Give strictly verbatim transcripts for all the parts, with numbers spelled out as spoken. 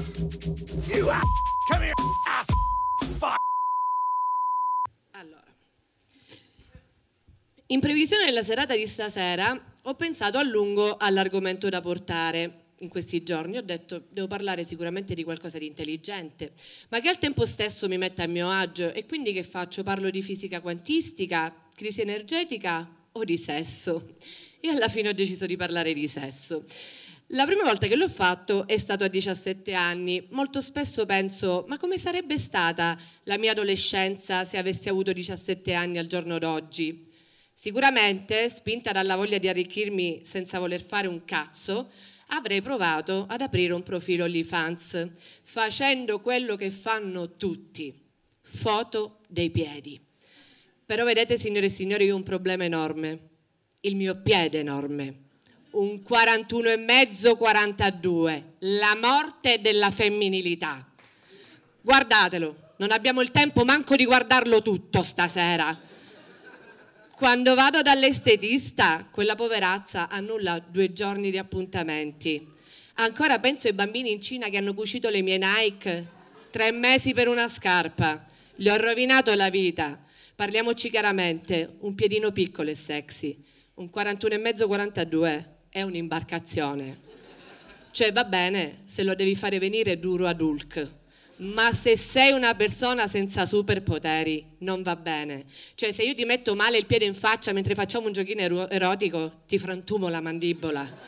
You ass. Come here, ass. Fuck. Allora, in previsione della serata di stasera ho pensato a lungo all'argomento da portare in questi giorni. Ho detto, devo parlare sicuramente di qualcosa di intelligente, ma che al tempo stesso mi metta a mio agio. E quindi che faccio? Parlo di fisica quantistica, crisi energetica o di sesso? E alla fine ho deciso di parlare di sesso. La prima volta che l'ho fatto è stato a diciassette anni. Molto spesso penso, ma come sarebbe stata la mia adolescenza se avessi avuto diciassette anni al giorno d'oggi? Sicuramente, spinta dalla voglia di arricchirmi senza voler fare un cazzo, avrei provato ad aprire un profilo OnlyFans, facendo quello che fanno tutti, foto dei piedi. Però vedete, signore e signori, io ho un problema enorme, il mio piede enorme, un quarantuno e mezzo quarantadue, la morte della femminilità. Guardatelo, non abbiamo il tempo manco di guardarlo tutto stasera. Quando vado dall'estetista, quella poverazza annulla due giorni di appuntamenti. Ancora penso ai bambini in Cina che hanno cucito le mie Nike, tre mesi per una scarpa. Gli ho rovinato la vita. Parliamoci chiaramente, un piedino piccolo e sexy, un quarantuno e mezzo quarantadue è un'imbarcazione. Cioè va bene se lo devi fare venire duro ad Hulk, ma se sei una persona senza superpoteri non va bene. Cioè se io ti metto male il piede in faccia mentre facciamo un giochino erotico ti frantumo la mandibola.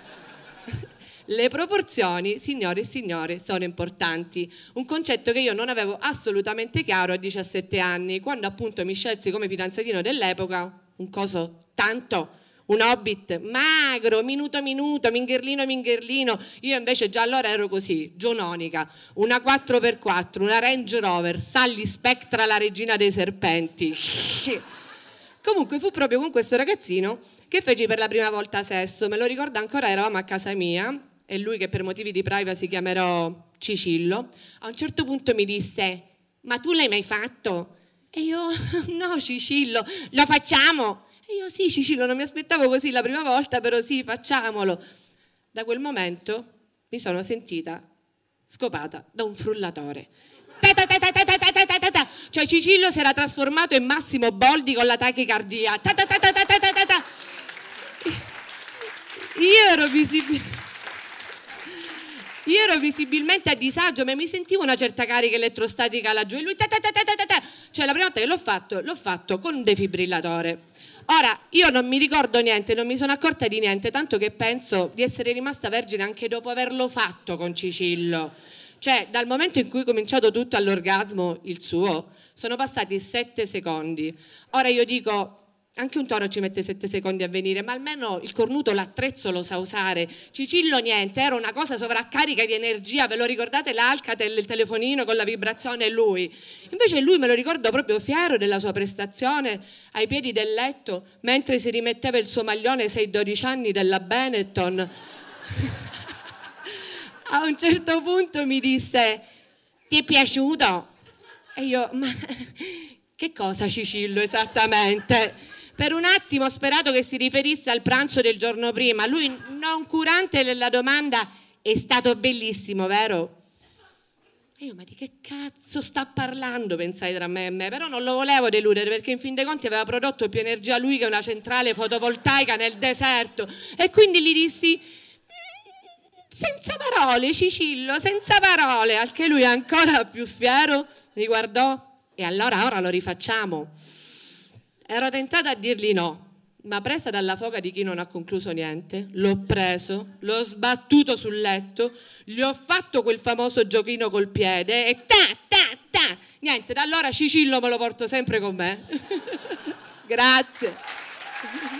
Le proporzioni, signore e signore, sono importanti. Un concetto che io non avevo assolutamente chiaro a diciassette anni, quando appunto mi scelsi come fidanzatino dell'epoca un coso tanto, un hobbit magro, minuto minuto, mingherlino mingherlino. Io invece già allora ero così, giononica, una quattro per quattro, una Range Rover, Sally Spectra, la regina dei serpenti. Comunque fu proprio con questo ragazzino che feci per la prima volta sesso. Me lo ricordo ancora, eravamo a casa mia e lui, che per motivi di privacy chiamerò Cicillo, a un certo punto mi disse: ma tu l'hai mai fatto? E io: no Cicillo, lo facciamo? E io: sì Cicillo, non mi aspettavo così la prima volta, però sì, facciamolo. Da quel momento mi sono sentita scopata da un frullatore. Ta ta ta ta ta ta ta ta ta ta. Cioè Cicillo si era trasformato in Massimo Boldi con la tachicardia. Ta ta ta ta ta ta ta ta. Io ero visibilmente Io ero visibilmente a disagio, ma mi sentivo una certa carica elettrostatica laggiù e lui ta ta ta ta ta ta. Cioè la prima volta che l'ho fatto, l'ho fatto con un defibrillatore. Ora, io non mi ricordo niente, non mi sono accorta di niente, tanto che penso di essere rimasta vergine anche dopo averlo fatto con Cicillo. Cioè, dal momento in cui è cominciato tutto all'orgasmo, il suo, sono passati sette secondi. Ora io dico, anche un toro ci mette sette secondi a venire, ma almeno il cornuto l'attrezzo lo sa usare. Cicillo niente, era una cosa sovraccarica di energia, ve lo ricordate l'Alcatel, il telefonino con la vibrazione? Lui. Invece lui me lo ricordo proprio fiero della sua prestazione ai piedi del letto, mentre si rimetteva il suo maglione sei dodici anni della Benetton. A un certo punto mi disse: ti è piaciuto? E io: ma che cosa Cicillo esattamente? Per un attimo ho sperato che si riferisse al pranzo del giorno prima. Lui, non curante della domanda: è stato bellissimo, vero? E io: ma di che cazzo sta parlando? Pensai tra me e me. Però non lo volevo deludere, perché in fin dei conti aveva prodotto più energia lui che una centrale fotovoltaica nel deserto. E quindi gli dissi: senza parole Cicillo, senza parole. Al che lui, ancora più fiero, mi guardò: e allora ora lo rifacciamo? Ero tentata a dirgli no, ma presa dalla foga di chi non ha concluso niente, l'ho preso, l'ho sbattuto sul letto, gli ho fatto quel famoso giochino col piede e ta ta ta. Niente, da allora Cicillo me lo porto sempre con me. Grazie.